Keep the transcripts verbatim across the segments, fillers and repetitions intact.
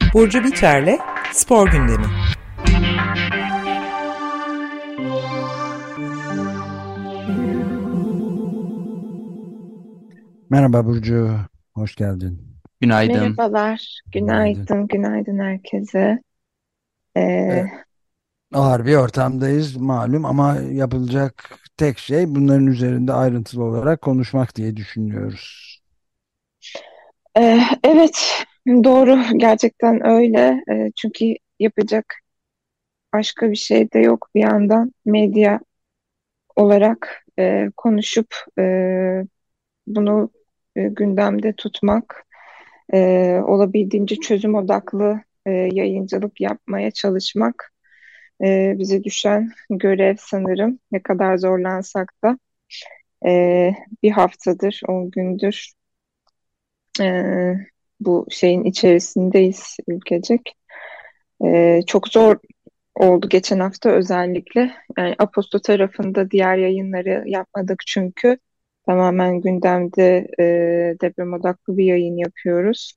Burcu Biterle Spor Gündemi. Merhaba Burcu, hoş geldin. Günaydın. Merhabalar, Günaydın. günaydın, günaydın herkese. Ee, E, Ağır bir ortamdayız malum ama yapılacak tek şey bunların üzerinde ayrıntılı olarak konuşmak diye düşünüyoruz. e, evet, doğru, gerçekten öyle. E, çünkü yapacak başka bir şey de yok. Bir yandan medya olarak e, konuşup e, bunu e, gündemde tutmak, e, olabildiğince çözüm odaklı e, yayıncılık yapmaya çalışmak e, bize düşen görev sanırım. Ne kadar zorlansak da. Ee, bir haftadır, on gündür ee, bu şeyin içerisindeyiz ülkecek. Ee, çok zor oldu geçen hafta özellikle. Yani Aposto tarafında diğer yayınları yapmadık çünkü tamamen gündemde ee, deprem odaklı bir yayın yapıyoruz.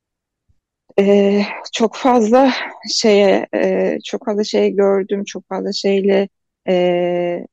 Ee, çok fazla şeye, ee, çok fazla şey gördüm, çok fazla şeyle ee,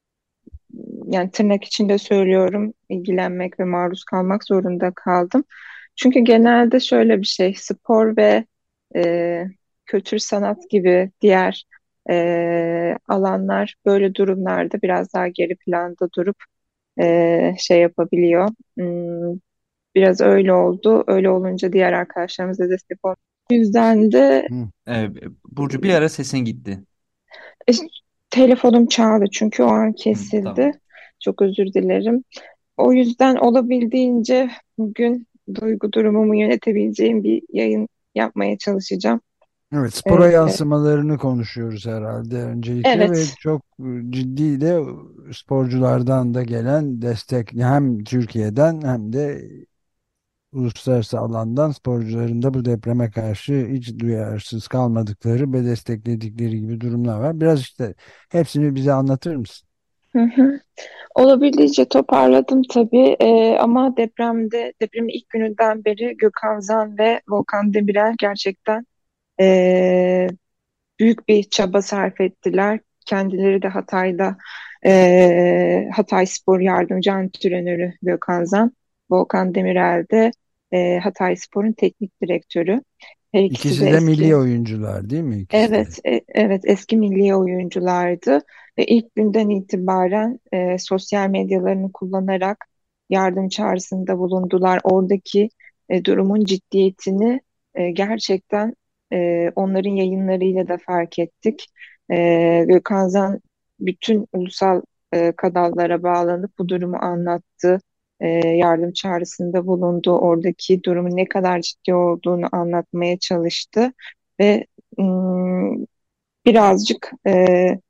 yani tırnak içinde söylüyorum, ilgilenmek ve maruz kalmak zorunda kaldım. Çünkü genelde şöyle bir şey, spor ve e, kültür sanat gibi diğer e, alanlar böyle durumlarda biraz daha geri planda durup e, şey yapabiliyor. Hmm, biraz öyle oldu. Öyle olunca diğer arkadaşlarımız da destek oldu. O yüzden de Hı, Ee, Burcu bir ara sesin gitti. e, telefonum çaldı çünkü o an Hı, tamam. kesildi. Çok özür dilerim. O yüzden olabildiğince bugün duygu durumumu yönetebileceğim bir yayın yapmaya çalışacağım. evet, spora Ee, yansımalarını konuşuyoruz herhalde öncelikle ve evet. çok ciddi de sporculardan da gelen destek hem Türkiye'den hem de uluslararası alandan sporcuların da bu depreme karşı hiç duyarsız kalmadıkları ve destekledikleri gibi durumlar var. Biraz işte hepsini bize anlatır mısın? Hı hı. Olabildiğince toparladım tabii. Ee, ama depremde depremin ilk gününden beri Gökhan Zan ve Volkan Demirel gerçekten ee, büyük bir çaba sarf ettiler. Kendileri de Hatay'da ee, Hatay Spor Yardımcı Antrenörü Gökhan Zan, Volkan Demirel de ee, Hatay Spor'un teknik direktörü. Her ikisi de İkisi de milli eski. oyuncular değil mi ikisi de? Evet, e- evet eski milli oyunculardı ve ilk günden itibaren e, sosyal medyalarını kullanarak yardım çağrısında bulundular. Oradaki e, durumun ciddiyetini e, gerçekten e, onların yayınlarıyla da fark ettik. E, Gökhan Zan bütün ulusal e, kanallara bağlanıp bu durumu anlattı. E, yardım çağrısında bulundu. Oradaki durumun ne kadar ciddi olduğunu anlatmaya çalıştı ve ım, birazcık e,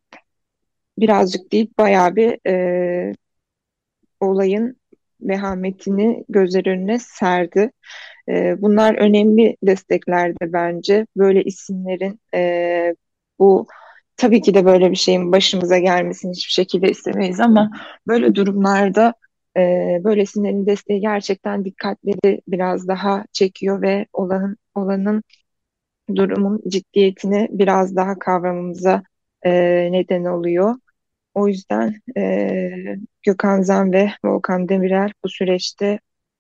birazcık değil bayağı bir e, olayın vehametini gözler önüne serdi. E, bunlar önemli desteklerdi bence. Böyle isimlerin e, bu tabii ki de böyle bir şeyin başımıza gelmesini hiçbir şekilde istemeyiz ama böyle durumlarda e, böyle isimlerin desteği gerçekten dikkatleri biraz daha çekiyor ve olanın olanın durumun ciddiyetini biraz daha kavramamıza e, neden oluyor. O yüzden e, Gökhan Zan ve Volkan Demirel bu süreçte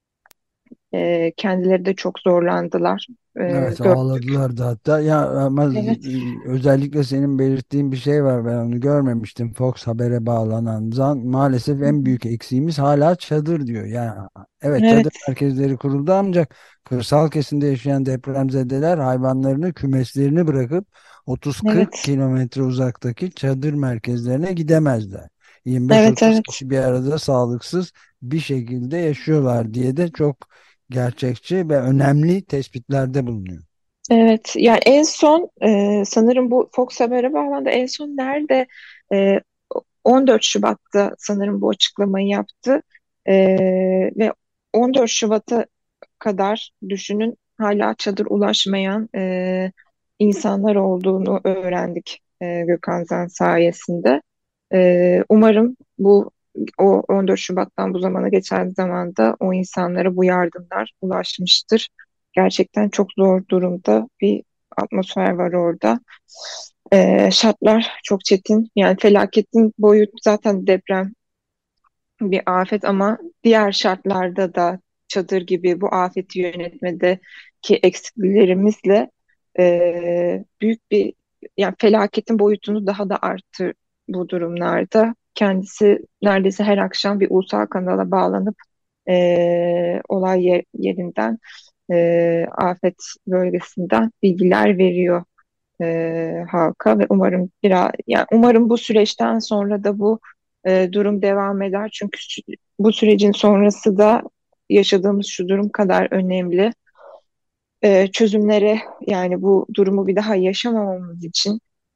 e, kendileri de çok zorlandılar. E, Evet, gördük. ağladılar da hatta ya ama Evet. z- özellikle senin belirttiğin bir şey var, ben onu görmemiştim. Fox Haber'e bağlanan zan maalesef Hı en hı. büyük eksiğimiz hala çadır diyor. Yani evet, çadır Evet. merkezleri kuruldu ancak kırsal kesimde yaşayan depremzedeler hayvanlarını kümeslerini bırakıp otuz kırk Evet. kilometre uzaktaki çadır merkezlerine gidemezler. Evet. yirmi beş otuz Evet. kişi bir arada sağlıksız bir şekilde yaşıyorlar diye de çok gerçekçi ve önemli tespitlerde bulunuyor. Evet. Yani en son e, sanırım bu Fox Haber'e bağlandı. En son nerede? E, on dört Şubat'ta sanırım bu açıklamayı yaptı. E, ve on dört Şubat'a kadar düşünün hala çadır ulaşmayan e, insanlar olduğunu öğrendik e, Gökhan Zan sayesinde. E, umarım bu o on dört Şubat'tan bu zamana geçen zamanda o insanlara bu yardımlar ulaşmıştır. Gerçekten çok zor durumda bir atmosfer var orada. Ee, şartlar çok çetin. Yani felaketin boyutu zaten deprem bir afet ama diğer şartlarda da çadır gibi bu afeti yönetmedeki eksiklerimizle e, büyük bir yani felaketin boyutunu daha da arttı bu durumlarda. Kendisi neredeyse her akşam bir ulusal kanala bağlanıp e, olay yer- yerinden e, afet bölgesinden bilgiler veriyor e, halka ve umarım biraz yani umarım bu süreçten sonra da bu e, durum devam eder çünkü sü- bu sürecin sonrası da yaşadığımız şu durum kadar önemli. E, çözümlere yani bu durumu bir daha yaşamamamız için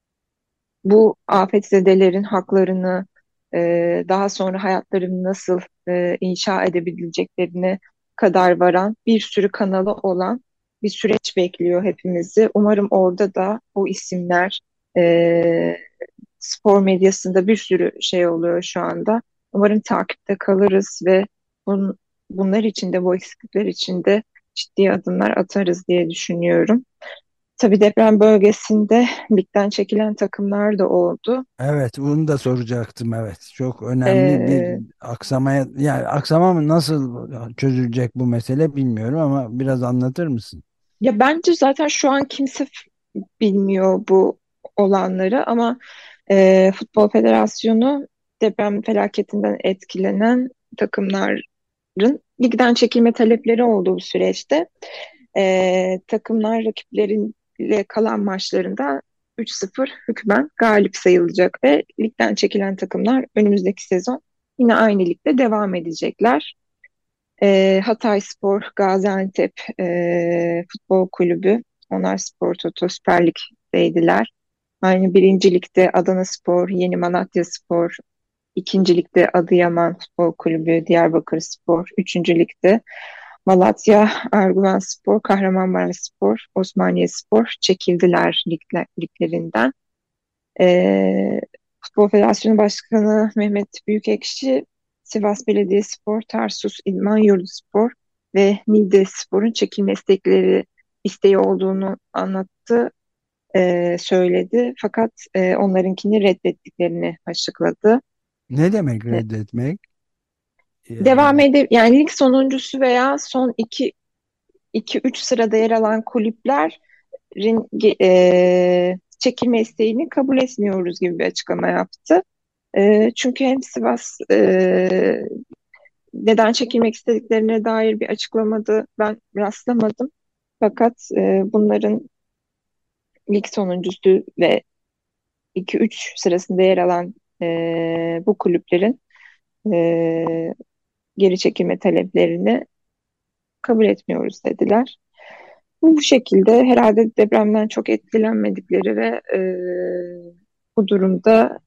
bu afetzedelerin haklarını e, daha sonra hayatlarını nasıl e, inşa edebileceklerine kadar varan bir sürü kanalı olan bir süreç bekliyor hepimizi. Umarım orada da o isimler e, spor medyasında bir sürü şey oluyor şu anda. Umarım takipte kalırız ve bun, bunlar için de bu eksiklikler için de ciddi adımlar atarız diye düşünüyorum. Tabii deprem bölgesinde ligden çekilen takımlar da oldu. Evet, bunu da soracaktım. Evet, çok önemli bir Ee, aksamaya, yani aksama mı, nasıl çözülecek bu mesele bilmiyorum ama biraz anlatır mısın? Ya bence zaten şu an kimse f- bilmiyor bu olanları ama e, Futbol Federasyonu deprem felaketinden etkilenen takımların ligden çekilme talepleri olduğu bu süreçte e, takımlar rakipleriyle kalan maçlarında üç sıfır hükmen galip sayılacak ve ligden çekilen takımlar önümüzdeki sezon yine aynı ligde devam edecekler. E, Hatayspor, Gaziantep e, Futbol Kulübü, onlar Spor Toto Süper Lig'deydiler. Aynı birinci ligde Adanaspor, Yeni Malatyaspor, ikinci ligde Adıyaman Futbol Kulübü, Diyarbakırspor, üçüncü ligde Malatya, Erguvanspor, Kahramanmaraşspor, Osmaniyespor çekildiler ligler, liglerinden. Ee, Futbol Federasyonu Başkanı Mehmet Büyükekşi, Sivas Belediyespor, Tarsus İdman Yurduspor ve Niğdespor'un çekilme istekleri isteği olduğunu anlattı, e, söyledi. Fakat e, onlarınkini reddettiklerini açıkladı. Ne demek E, reddetmek? Devam Yani edip yani lig sonuncusu veya son iki iki üç sırada yer alan kulüplerin e, çekilme isteğini kabul etmiyoruz gibi bir açıklama yaptı. E, çünkü hem Sivas e, neden çekilmek istediklerine dair bir açıklamada ben rastlamadım. Fakat e, bunların lig sonuncusu ve iki üç sırasında yer alan e, bu kulüplerin e, geri çekilme taleplerini kabul etmiyoruz dediler. Bu, bu şekilde herhalde depremden çok etkilenmedikleri ve e, bu durumda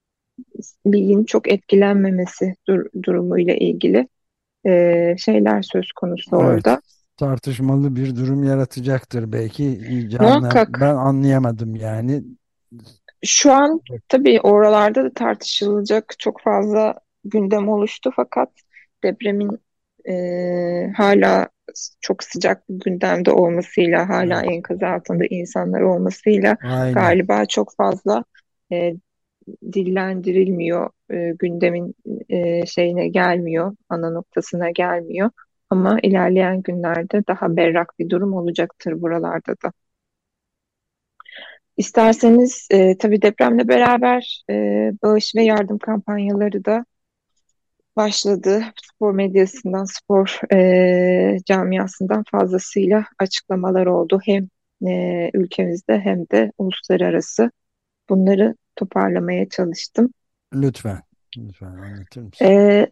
ligin çok etkilenmemesi dur durumuyla ilgili e, şeyler söz konusu evet, orada. tartışmalı bir durum yaratacaktır belki. İyice anla, Muhakkak ben anlayamadım yani. şu an tabii oralarda da tartışılacak çok fazla gündem oluştu fakat depremin e, hala çok sıcak bir gündemde olmasıyla, hala Evet, enkaz altında insanlar olmasıyla aynen. galiba çok fazla e, dillendirilmiyor, e, gündemin e, şeyine gelmiyor, ana noktasına gelmiyor. Ama ilerleyen günlerde daha berrak bir durum olacaktır buralarda da. İsterseniz e, tabii depremle beraber e, bağış ve yardım kampanyaları da başladı. Spor medyasından, spor e, camiasından fazlasıyla açıklamalar oldu. Hem e, ülkemizde hem de uluslararası. Bunları toparlamaya çalıştım. Lütfen, lütfen anlatır mısın? E,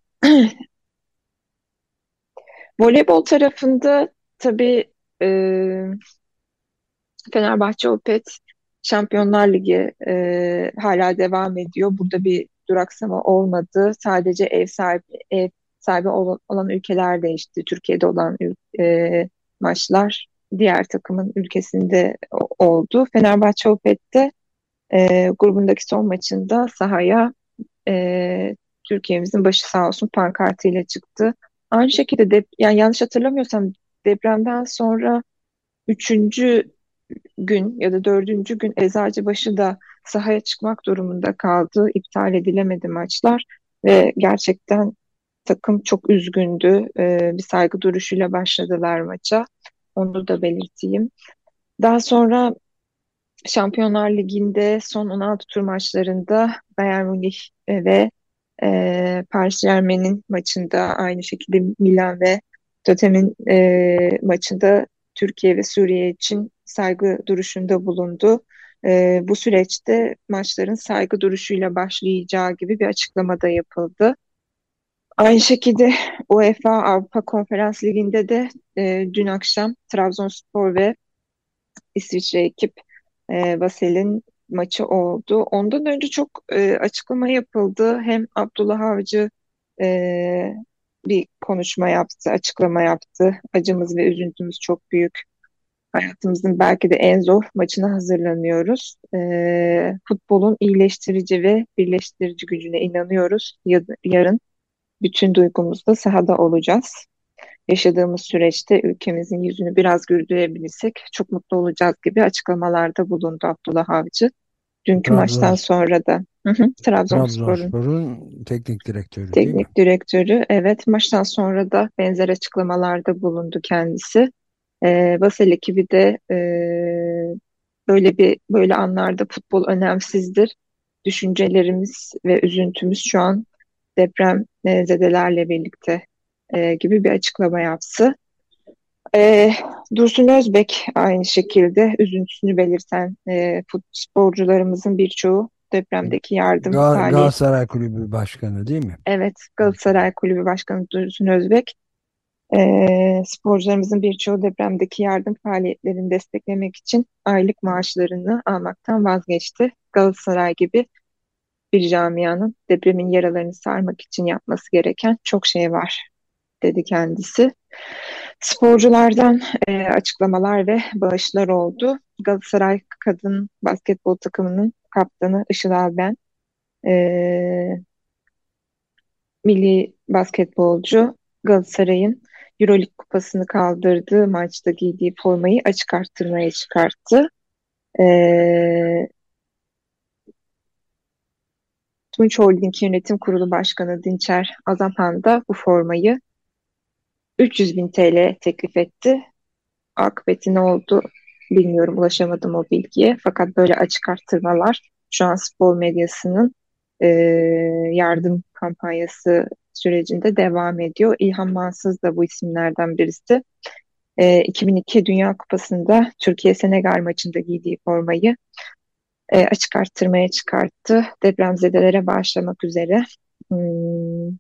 Voleybol tarafında tabii e, Fenerbahçe Opet Şampiyonlar Ligi e, hala devam ediyor. Burada bir duraksama olmadı. Sadece ev sahibi ev sahibi olan, olan ülkeler değişti. Türkiye'de olan ül- e, maçlar diğer takımın ülkesinde o- oldu. Fenerbahçe Opet'te e, grubundaki son maçında sahaya e, Türkiye'mizin başı sağ olsun pankartıyla çıktı. Aynı şekilde de, yani yanlış hatırlamıyorsam depremden sonra üçüncü gün ya da dördüncü gün Eczacıbaşı da sahaya çıkmak durumunda kaldı. İptal edilemedi maçlar ve gerçekten takım çok üzgündü. Ee, bir saygı duruşuyla başladılar maça. Onu da belirteyim. Daha sonra Şampiyonlar Ligi'nde son on altı tur maçlarında Bayern Münih ve e, Paris Germain'in maçında, aynı şekilde Milan ve Tottenham'in e, maçında Türkiye ve Suriye için saygı duruşunda bulundu. E, bu süreçte maçların saygı duruşuyla başlayacağı gibi bir açıklama da yapıldı. Aynı şekilde UEFA Avrupa Konferans Ligi'nde de e, dün akşam Trabzonspor ve İsviçre ekip e, Basel'in maçı oldu. Ondan önce çok e, açıklama yapıldı. Hem Abdullah Avcı e, bir konuşma yaptı, açıklama yaptı. Acımız ve üzüntümüz çok büyük. Hayatımızın belki de en zor maçına hazırlanıyoruz. E, futbolun iyileştirici ve birleştirici gücüne inanıyoruz. Ya- yarın bütün duygumuzla sahada olacağız. Yaşadığımız süreçte ülkemizin yüzünü biraz güldürebilirsek çok mutlu olacağız gibi açıklamalarda bulundu Abdullah Avcı. Dünkü maçtan Trabzon, sonra da hı hı, Trabzonspor'un Trabzonspor'un teknik direktörü değil mi? teknik direktörü, evet, maçtan sonra da benzer açıklamalarda bulundu kendisi. Ee, Basel ekibi de e, böyle bir böyle anlarda futbol önemsizdir. Düşüncelerimiz ve üzüntümüz şu an deprem e, zedelerle birlikte e, gibi bir açıklama yaptı. Ee, Dursun Özbek aynı şekilde üzüntüsünü belirten e, fut- sporcularımızın birçoğu depremdeki yardım Gal faaliyet. Galatasaray Kulübü Başkanı değil mi? Evet, Galatasaray Kulübü Başkanı Dursun Özbek, e, sporcularımızın birçoğu depremdeki yardım faaliyetlerini desteklemek için aylık maaşlarını almaktan vazgeçti. Galatasaray gibi bir camianın depremin yaralarını sarmak için yapması gereken çok şey var, dedi kendisi. Sporculardan e, açıklamalar ve bağışlar oldu. Galatasaray kadın basketbol takımının kaptanı Işıl Alben, e, milli basketbolcu, Galatasaray'ın Euroleague kupasını kaldırdığı maçta giydiği formayı açık arttırmaya çıkarttı. E, Tunç Holding Yönetim Kurulu Başkanı Dinçer Azapan da bu formayı üç yüz bin T L teklif etti. Akıbeti ne oldu bilmiyorum, ulaşamadım o bilgiye. Fakat böyle açık arttırmalar şu an spor medyasının e, yardım kampanyası sürecinde devam ediyor. İlhan Mansız da bu isimlerden birisi. E, iki bin iki Dünya Kupası'nda Türkiye-Senegal maçında giydiği formayı e, açık arttırmaya çıkarttı. Depremzedelere bağışlamak üzere. Hmm.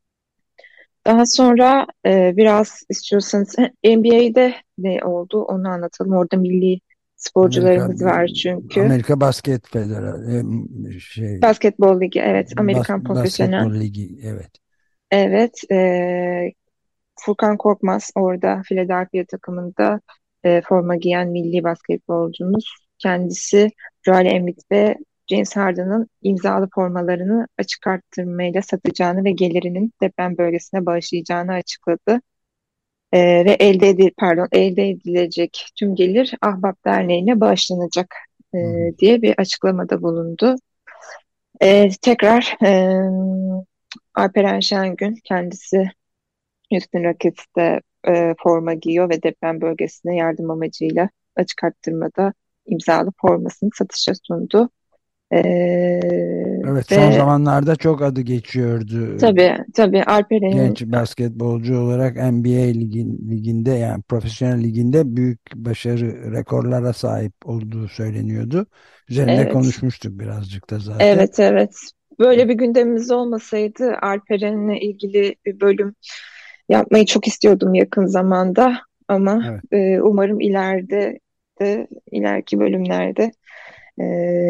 Daha sonra e, biraz istiyorsanız N B A'de ne oldu onu anlatalım. Orada milli Amerika sporcularımız var çünkü. Amerika Basket Federasyonu şey Basketbol Ligi, evet, bas, Amerikan Profesyonel. Basketbol Ligi, evet. Evet, e, Furkan Korkmaz orada Philadelphia takımında e, forma giyen milli basketbolcumuz. Kendisi Joel Embiid ve James Harden'ın imzalı formalarını açık arttırmayla satacağını ve gelirinin deprem bölgesine bağışlayacağını açıkladı. Ee, ve elde edil pardon elde edilecek tüm gelir Ahbap Derneği'ne bağışlanacak e, Hı hı. diye bir açıklamada bulundu. Ee, tekrar e, Alperen Şengün kendisi Houston Rockets'te e, forma giyiyor ve deprem bölgesine yardım amacıyla açık arttırmada imzalı formasını satışa sundu. Ee, Evet, son ve zamanlarda çok adı geçiyordu. tabii tabii Alperen'in, Genç basketbolcu olarak N B A ligin, liginde, yani profesyonel liginde büyük başarı rekorlara sahip olduğu söyleniyordu. Üzerinde evet. konuşmuştuk birazcık da zaten. Evet, evet. Böyle bir gündemimiz olmasaydı Alperen'le ilgili bir bölüm yapmayı çok istiyordum yakın zamanda. Ama Evet. e, umarım ileride de ileriki bölümlerde e,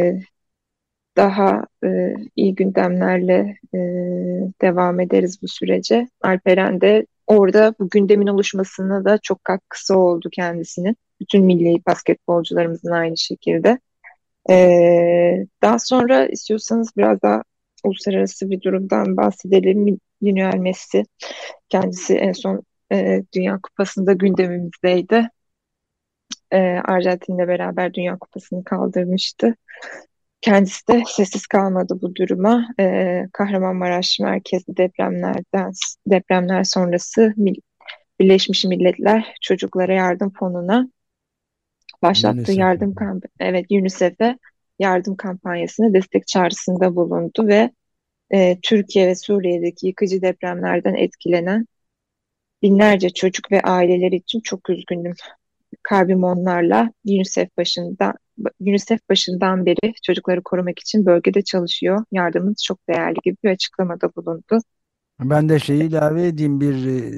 daha e, iyi gündemlerle e, devam ederiz bu sürece. Alperen de orada bu gündemin oluşmasına da çok katkısı oldu kendisinin. Bütün milli basketbolcularımızın aynı şekilde. Ee, daha sonra istiyorsanız biraz daha uluslararası bir durumdan bahsedelim. Lionel Messi kendisi en son e, Dünya Kupası'nda gündemimizdeydi. E, Arjantin'le beraber Dünya Kupası'nı kaldırmıştı. Kendisi de sessiz kalmadı bu duruma. E, Kahramanmaraş merkezli depremlerden depremler sonrası Mil- Birleşmiş Milletler Çocuklara Yardım Fonu'na başlattığı UNICEF. yardım kamp evet UNICEF'e yardım kampanyasına destek çağrısında bulundu ve e, Türkiye ve Suriye'deki yıkıcı depremlerden etkilenen binlerce çocuk ve aileler için çok üzgünüm. Kalbim onlarla. UNICEF başında UNICEF başından beri çocukları korumak için bölgede çalışıyor. Yardımınız çok değerli gibi bir açıklamada bulundu. Ben de şeyi ilave edeyim, bir e,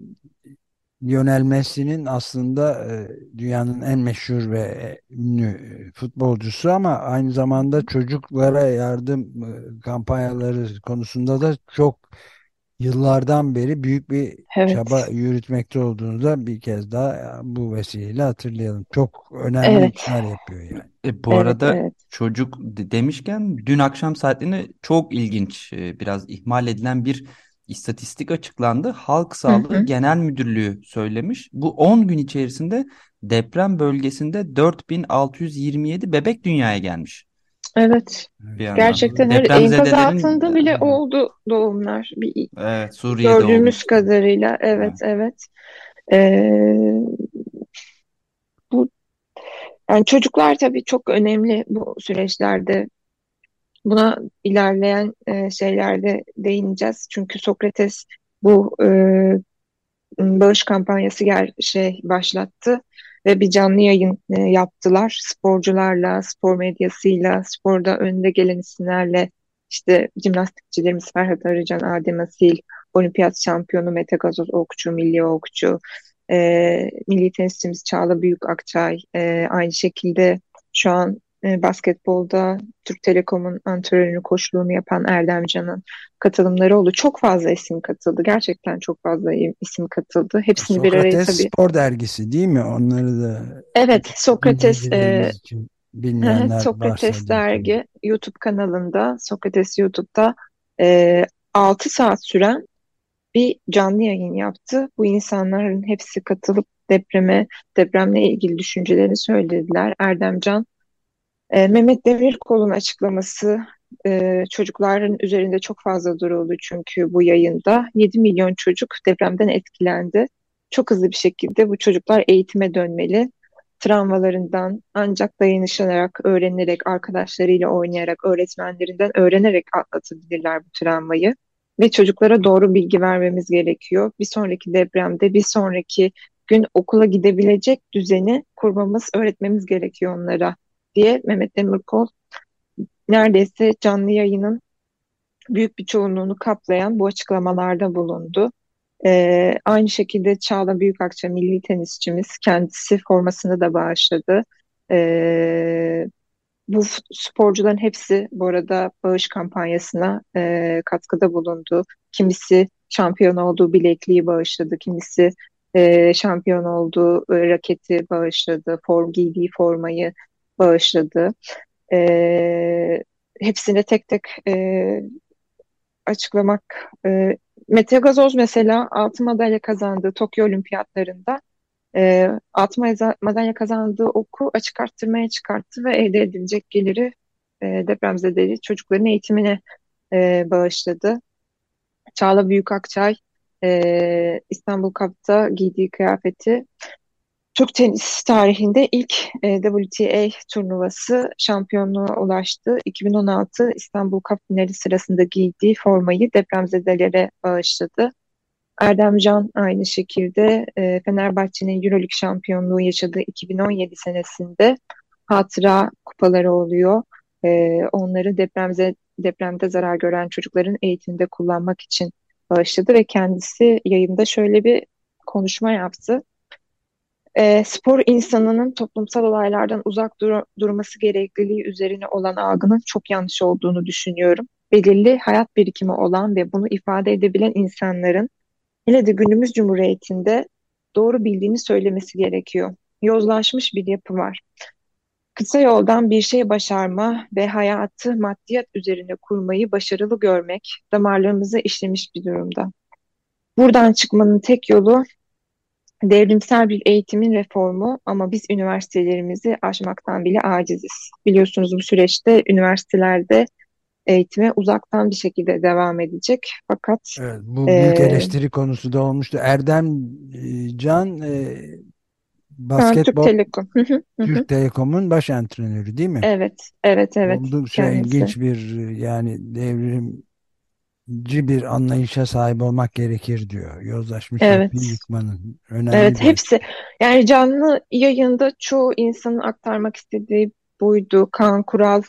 Lionel Messi'nin aslında e, dünyanın en meşhur ve e, ünlü e, futbolcusu, ama aynı zamanda çocuklara yardım e, kampanyaları konusunda da çok yıllardan beri büyük bir çaba Evet, yürütmekte olduğunu da bir kez daha e, bu vesileyle hatırlayalım. Çok önemli evet, işler yapıyor yani. E, bu evet, arada evet. çocuk de- demişken dün akşam saatlerinde çok ilginç, e, biraz ihmal edilen bir istatistik açıklandı. Halk Hı Sağlığı hı. Genel Müdürlüğü söylemiş. Bu on gün içerisinde deprem bölgesinde dört bin altı yüz yirmi yedi bebek dünyaya gelmiş Evet. bir Evet, yandan. Gerçekten inanılmaz. öyle. Enkaz Depremzedelerin altında bile e, oldu doğumlar. Bir, evet, Suriye'de gördüğümüz olmuştu. kadarıyla. Evet, Evet. evet. Ee, bu yani çocuklar tabii çok önemli bu süreçlerde. Buna ilerleyen e, şeylerde değineceğiz. Çünkü Sokrates bu e, bağış kampanyası ger şey başlattı ve bir canlı yayın e, yaptılar. Sporcularla, spor medyasıyla, sporda önde gelen isimlerle işte jimnastikçilerimiz Ferhat Arıcan, Adem Asil, olimpiyat şampiyonu Mete Gazoz okçu, milli okçu, e, milli tenisçimiz Çağla Büyükakçay, e, aynı şekilde şu an e, basketbolda Türk Telekom'un antrenörü koçluğunu yapan Erdem Can'ın katılımları oldu. Çok fazla isim katıldı. Gerçekten çok fazla isim katıldı. Hepsini bir araya Sokrates tabii. Spor Dergisi değil mi? Onları da Evet, Sokrates e, dinleyicilerimiz için, bilmeyenler varsa Sokrates diye söyleyeyim. dergi YouTube kanalında, Sokrates YouTube'da e, altı saat süren bir canlı yayın yaptı. Bu insanların hepsi katılıp depreme, depremle ilgili düşüncelerini söylediler. Erdemcan, e, Mehmet Demirkol'un açıklaması e, çocukların üzerinde çok fazla duruldu çünkü bu yayında yedi milyon çocuk depremden etkilendi. Çok hızlı bir şekilde bu çocuklar eğitime dönmeli. Travmalarından ancak dayanışarak, öğrenerek, arkadaşlarıyla oynayarak, öğretmenlerinden öğrenerek atlatabilirler bu travmayı. Ve çocuklara doğru bilgi vermemiz gerekiyor. Bir sonraki depremde, bir sonraki gün okula gidebilecek düzeni kurmamız, öğretmemiz gerekiyor onlara diye Mehmet Demirkol neredeyse canlı yayının büyük bir çoğunluğunu kaplayan bu açıklamalarda bulundu. Ee, aynı şekilde Çağla Büyükakça milli tenisçimiz kendisi formasını da bağışladı. Ee, bu sporcuların hepsi bu arada bağış kampanyasına e, katkıda bulundu. Kimisi şampiyon olduğu bilekliği bağışladı, kimisi e, şampiyon olduğu e, raketi bağışladı, form giydiği formayı bağışladı. E, hepsine tek tek e, açıklamak. E, Mete Gazoz mesela altın madalya kazandı Tokyo Olimpiyatlarında. E, altın mada- madalya kazandığı oku açık arttırmaya çıkarttı ve elde edilecek geliri e, depremzedeli çocukların eğitimine e, bağışladı. Çağla Büyükakçay e, İstanbul Cup'ta giydiği kıyafeti Türk tenis tarihinde ilk e, W T A turnuvası şampiyonluğa ulaştı. iki bin on altı İstanbul Cup finali sırasında giydiği formayı depremzedelere bağışladı. Erdemcan aynı şekilde e, Fenerbahçe'nin Euroleague şampiyonluğu yaşadığı iki bin on yedi senesinde hatıra kupaları oluyor. E, onları depremze, depremde zarar gören çocukların eğitimde kullanmak için bağışladı ve kendisi yayında şöyle bir konuşma yaptı. E, spor insanının toplumsal olaylardan uzak dur- durması gerekliliği üzerine olan algının çok yanlış olduğunu düşünüyorum. Belirli hayat birikimi olan ve bunu ifade edebilen insanların hele de günümüz cumhuriyetinde doğru bildiğini söylemesi gerekiyor. Yozlaşmış bir yapı var. Kısa yoldan bir şey başarma ve hayatı maddiyat üzerine kurmayı başarılı görmek damarlarımıza işlemiş bir durumda. Buradan çıkmanın tek yolu Devrimsel bir eğitimin reformu ama biz üniversitelerimizi aşmaktan bile aciziz. Biliyorsunuz bu süreçte üniversitelerde eğitime uzaktan bir şekilde devam edecek. Fakat Evet, bu büyük e, eleştiri konusu da olmuştu. Erdem e, Can e, ben Türk basketbol Telekom. Hı hı, hı hı. Türk Telekom'un baş antrenörü değil mi? Evet, evet, evet Oldukça kendisi. ilginç bir e, yani devrimci bir anlayışa sahip olmak gerekir diyor. Yozlaşmış yapıyı Evet. yıkmanın önemli Evet, bir hepsi. açıdan. Yani canlı yayında çoğu insanın aktarmak istediği buydu. Kaan Kural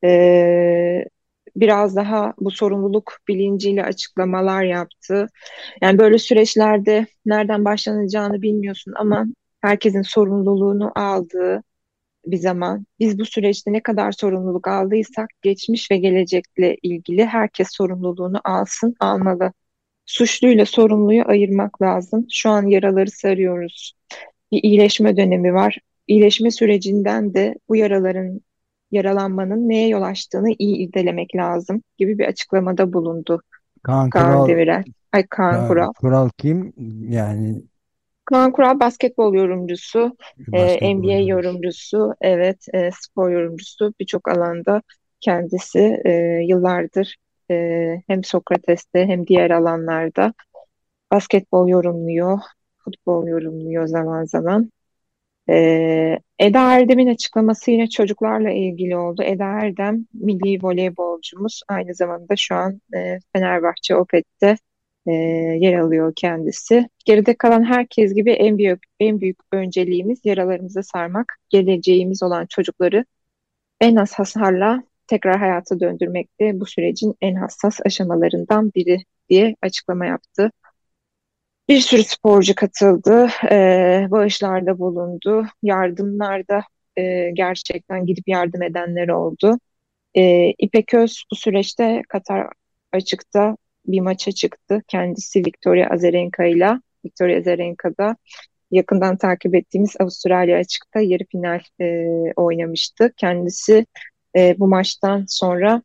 e, biraz daha bu sorumluluk bilinciyle açıklamalar yaptı. Yani böyle süreçlerde nereden başlanacağını bilmiyorsun ama herkesin sorumluluğunu aldığı bir zaman. Biz bu süreçte ne kadar sorumluluk aldıysak geçmiş ve gelecekle ilgili herkes sorumluluğunu alsın, almalı. Suçluyla sorumluyu ayırmak lazım. Şu an yaraları sarıyoruz. Bir iyileşme dönemi var. İyileşme sürecinden de bu yaraların, yaralanmanın neye yol açtığını iyi irdelemek lazım gibi bir açıklamada bulundu Kaan Kaan Kural, Demirel. Ay Kaan Kaan Kural. Kural kim? Yani Kaan Kural basketbol yorumcusu, e, N B A basketbol yorumcusu. yorumcusu, evet, e, spor yorumcusu birçok alanda kendisi e, yıllardır e, hem Sokrates'te hem diğer alanlarda basketbol yorumluyor, futbol yorumluyor zaman zaman. Ee, Eda Erdem'in açıklaması yine çocuklarla ilgili oldu. Eda Erdem milli voleybolcumuz. Aynı zamanda şu an e, Fenerbahçe Opet'te e, yer alıyor kendisi. Geride kalan herkes gibi en büyük en büyük önceliğimiz yaralarımızı sarmak, geleceğimiz olan çocukları en az hasarla tekrar hayata döndürmekte bu sürecin en hassas aşamalarından biri diye açıklama yaptı. Bir sürü sporcu katıldı, e, bağışlarda bulundu, yardımlarda e, gerçekten gidip yardım edenler oldu. E, İpek Öz bu süreçte Katar açıkta bir maça çıktı. Kendisi Victoria Azarenka ile Victoria Azarenka'da yakından takip ettiğimiz Avustralya açıkta yarı final e, oynamıştı. Kendisi e, bu maçtan sonra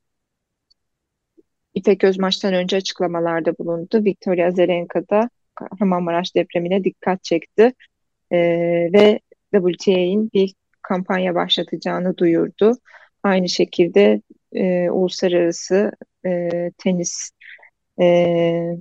İpek Öz maçtan önce açıklamalarda bulundu. Victoria Azarenka'da Kahramanmaraş depremine dikkat çekti e, ve W T A'nin bir kampanya başlatacağını duyurdu. Aynı şekilde e, uluslararası e, tenis e,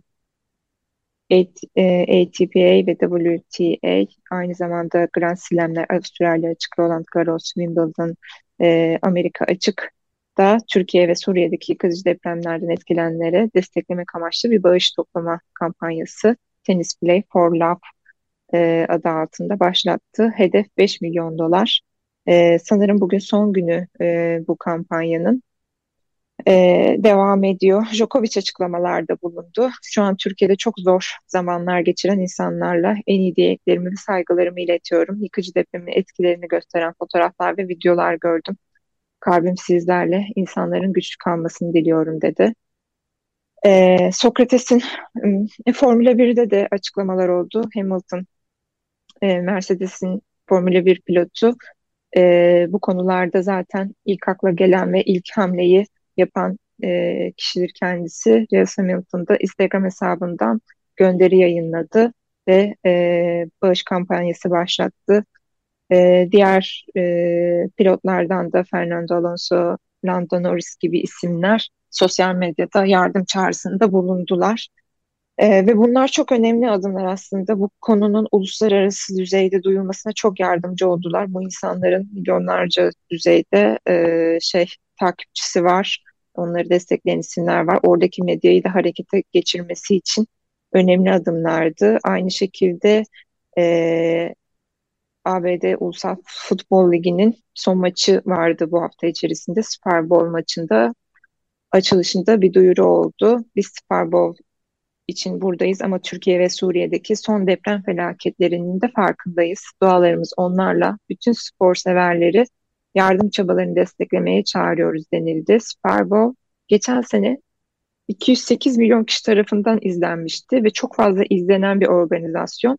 A T P A ve W T A aynı zamanda Grand Slam'ler Avustralya açık, Roland Garros, Wimbledon, e, Amerika açık da Türkiye ve Suriye'deki yıkıcı depremlerden etkilenenlere desteklemek amaçlı bir bağış toplama kampanyası Tennis Play for Love e, adı altında başlattı. Hedef beş milyon dolar. E, sanırım bugün son günü e, bu kampanyanın e, devam ediyor. Djokovic açıklamalarda bulundu. Şu an Türkiye'de çok zor zamanlar geçiren insanlarla en iyi dileklerimi ve saygılarımı iletiyorum. Yıkıcı depremin etkilerini gösteren fotoğraflar ve videolar gördüm. Kalbim sizlerle, insanların güçlü kalmasını diliyorum dedi. E, Sokrates'in e, Formula birde de açıklamalar oldu. Hamilton, e, Mercedes'in Formula bir pilotu. E, bu konularda zaten ilk akla gelen ve ilk hamleyi yapan e, kişidir kendisi. Lewis Hamilton da Instagram hesabından gönderi yayınladı ve e, bağış kampanyası başlattı. E, diğer e, pilotlardan da Fernando Alonso, Lando Norris gibi isimler sosyal medyada yardım çağrısında bulundular. Ee, ve bunlar çok önemli adımlar aslında. Bu konunun uluslararası düzeyde duyulmasına çok yardımcı oldular. Bu insanların milyonlarca düzeyde e, şey takipçisi var. Onları destekleyen isimler var. Oradaki medyayı da harekete geçirmesi için önemli adımlardı. Aynı şekilde e, A B D Ulusal Futbol Ligi'nin son maçı vardı bu hafta içerisinde. Super Bowl maçında açılışında bir duyuru oldu. Biz Super Bowl için buradayız ama Türkiye ve Suriye'deki son deprem felaketlerinin de farkındayız. Dualarımız onlarla. Bütün spor severleri yardım çabalarını desteklemeye çağırıyoruz denildi. Super Bowl geçen sene iki yüz sekiz milyon kişi tarafından izlenmişti ve çok fazla izlenen bir organizasyon.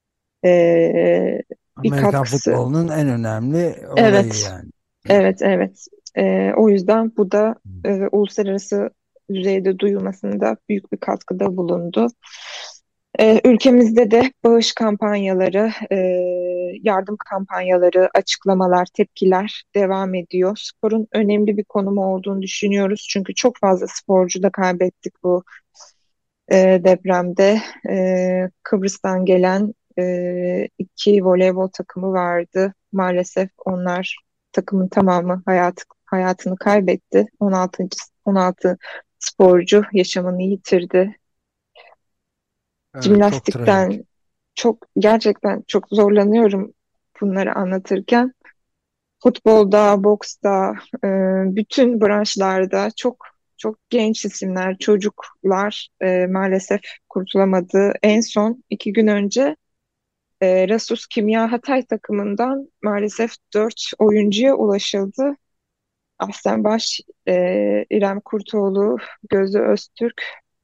Ee, bir Amerikan katkısı. futbolunun en önemli olayı Evet, yani. evet, evet. Ee, o yüzden bu da e, uluslararası düzeyde duyulmasında büyük bir katkıda bulundu. Ee, ülkemizde de bağış kampanyaları, e, yardım kampanyaları, açıklamalar, tepkiler devam ediyor. Sporun önemli bir konumu olduğunu düşünüyoruz. Çünkü çok fazla sporcu da kaybettik bu e, depremde. E, Kıbrıs'tan gelen e, iki voleybol takımı vardı. Maalesef onlar takımın tamamı hayat, hayatını kaybetti. on altıncı. on altı sporcu yaşamını yitirdi. Evet, çok trajik. Jimnastikten çok gerçekten çok zorlanıyorum bunları anlatırken. Futbolda, boksta, e, bütün branşlarda çok çok genç isimler, çocuklar e, maalesef kurtulamadı. En son iki gün önce e, Rasus Kimya Hatay takımından maalesef dört oyuncuya ulaşıldı. Ahsen Baş, e, İrem Kurtoğlu, Gözde Öztürk,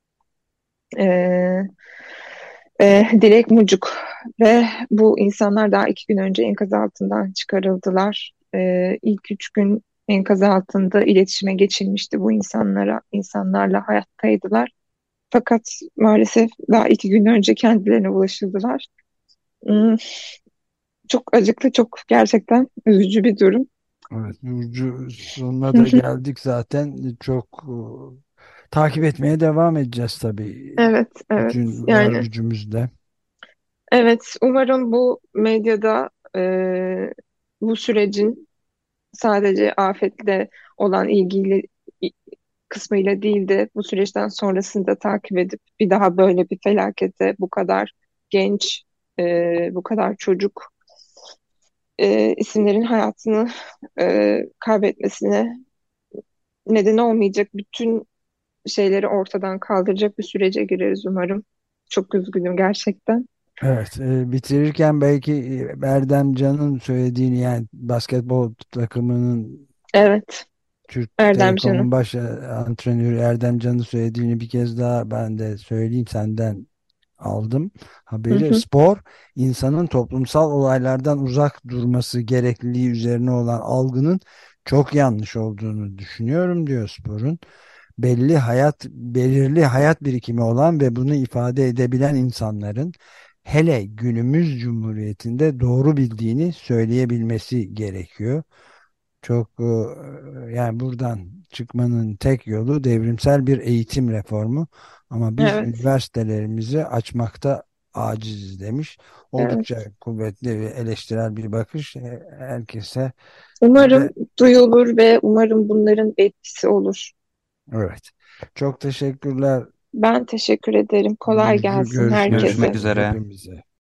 e, e, Dilek Mucuk ve bu insanlar daha iki gün önce enkaz altından çıkarıldılar. E, ilk üç gün enkaz altında iletişime geçilmişti bu insanlara, insanlarla hayattaydılar. Fakat maalesef daha iki gün önce kendilerine ulaşıldılar. Hmm, çok acıklı, çok gerçekten üzücü bir durum. Evet, ucu sonuna da geldik zaten. Çok e, takip etmeye devam edeceğiz tabii. Evet, evet. Bütün var Yani gücümüzle. evet, umarım bu medyada e, bu sürecin sadece afetle olan ilgili kısmıyla değil de bu süreçten sonrasını da takip edip bir daha böyle bir felakete bu kadar genç, e, bu kadar çocuk e, isimlerin hayatını e, kaybetmesine neden olmayacak bütün şeyleri ortadan kaldıracak bir sürece gireriz umarım. Çok üzgünüm gerçekten. Evet, e, bitirirken belki e, Erdem Can'ın söylediğini, yani basketbol takımının Evet, Türk Erdem Telekom'un canım. baş antrenörü Erdem Can'ın söylediğini bir kez daha ben de söyleyeyim, senden aldım Hı haberi. hı, Spor, insanın toplumsal olaylardan uzak durması gerekliliği üzerine olan algının çok yanlış olduğunu düşünüyorum diyor sporun. Belli hayat, belirli hayat birikimi olan ve bunu ifade edebilen insanların hele günümüz cumhuriyetinde doğru bildiğini söyleyebilmesi gerekiyor. Çok e, yani buradan çıkmanın tek yolu devrimsel bir eğitim reformu. Ama biz evet, üniversitelerimizi açmakta aciziz demiş. Oldukça evet. kuvvetli ve eleştirel bir bakış. E, Herkese Umarım de duyulur ve umarım bunların etkisi olur. evet. Çok teşekkürler. Ben teşekkür ederim. Kolay Burcu, gelsin görüşmek Görüşmek herkese. üzere üzere. hepimize.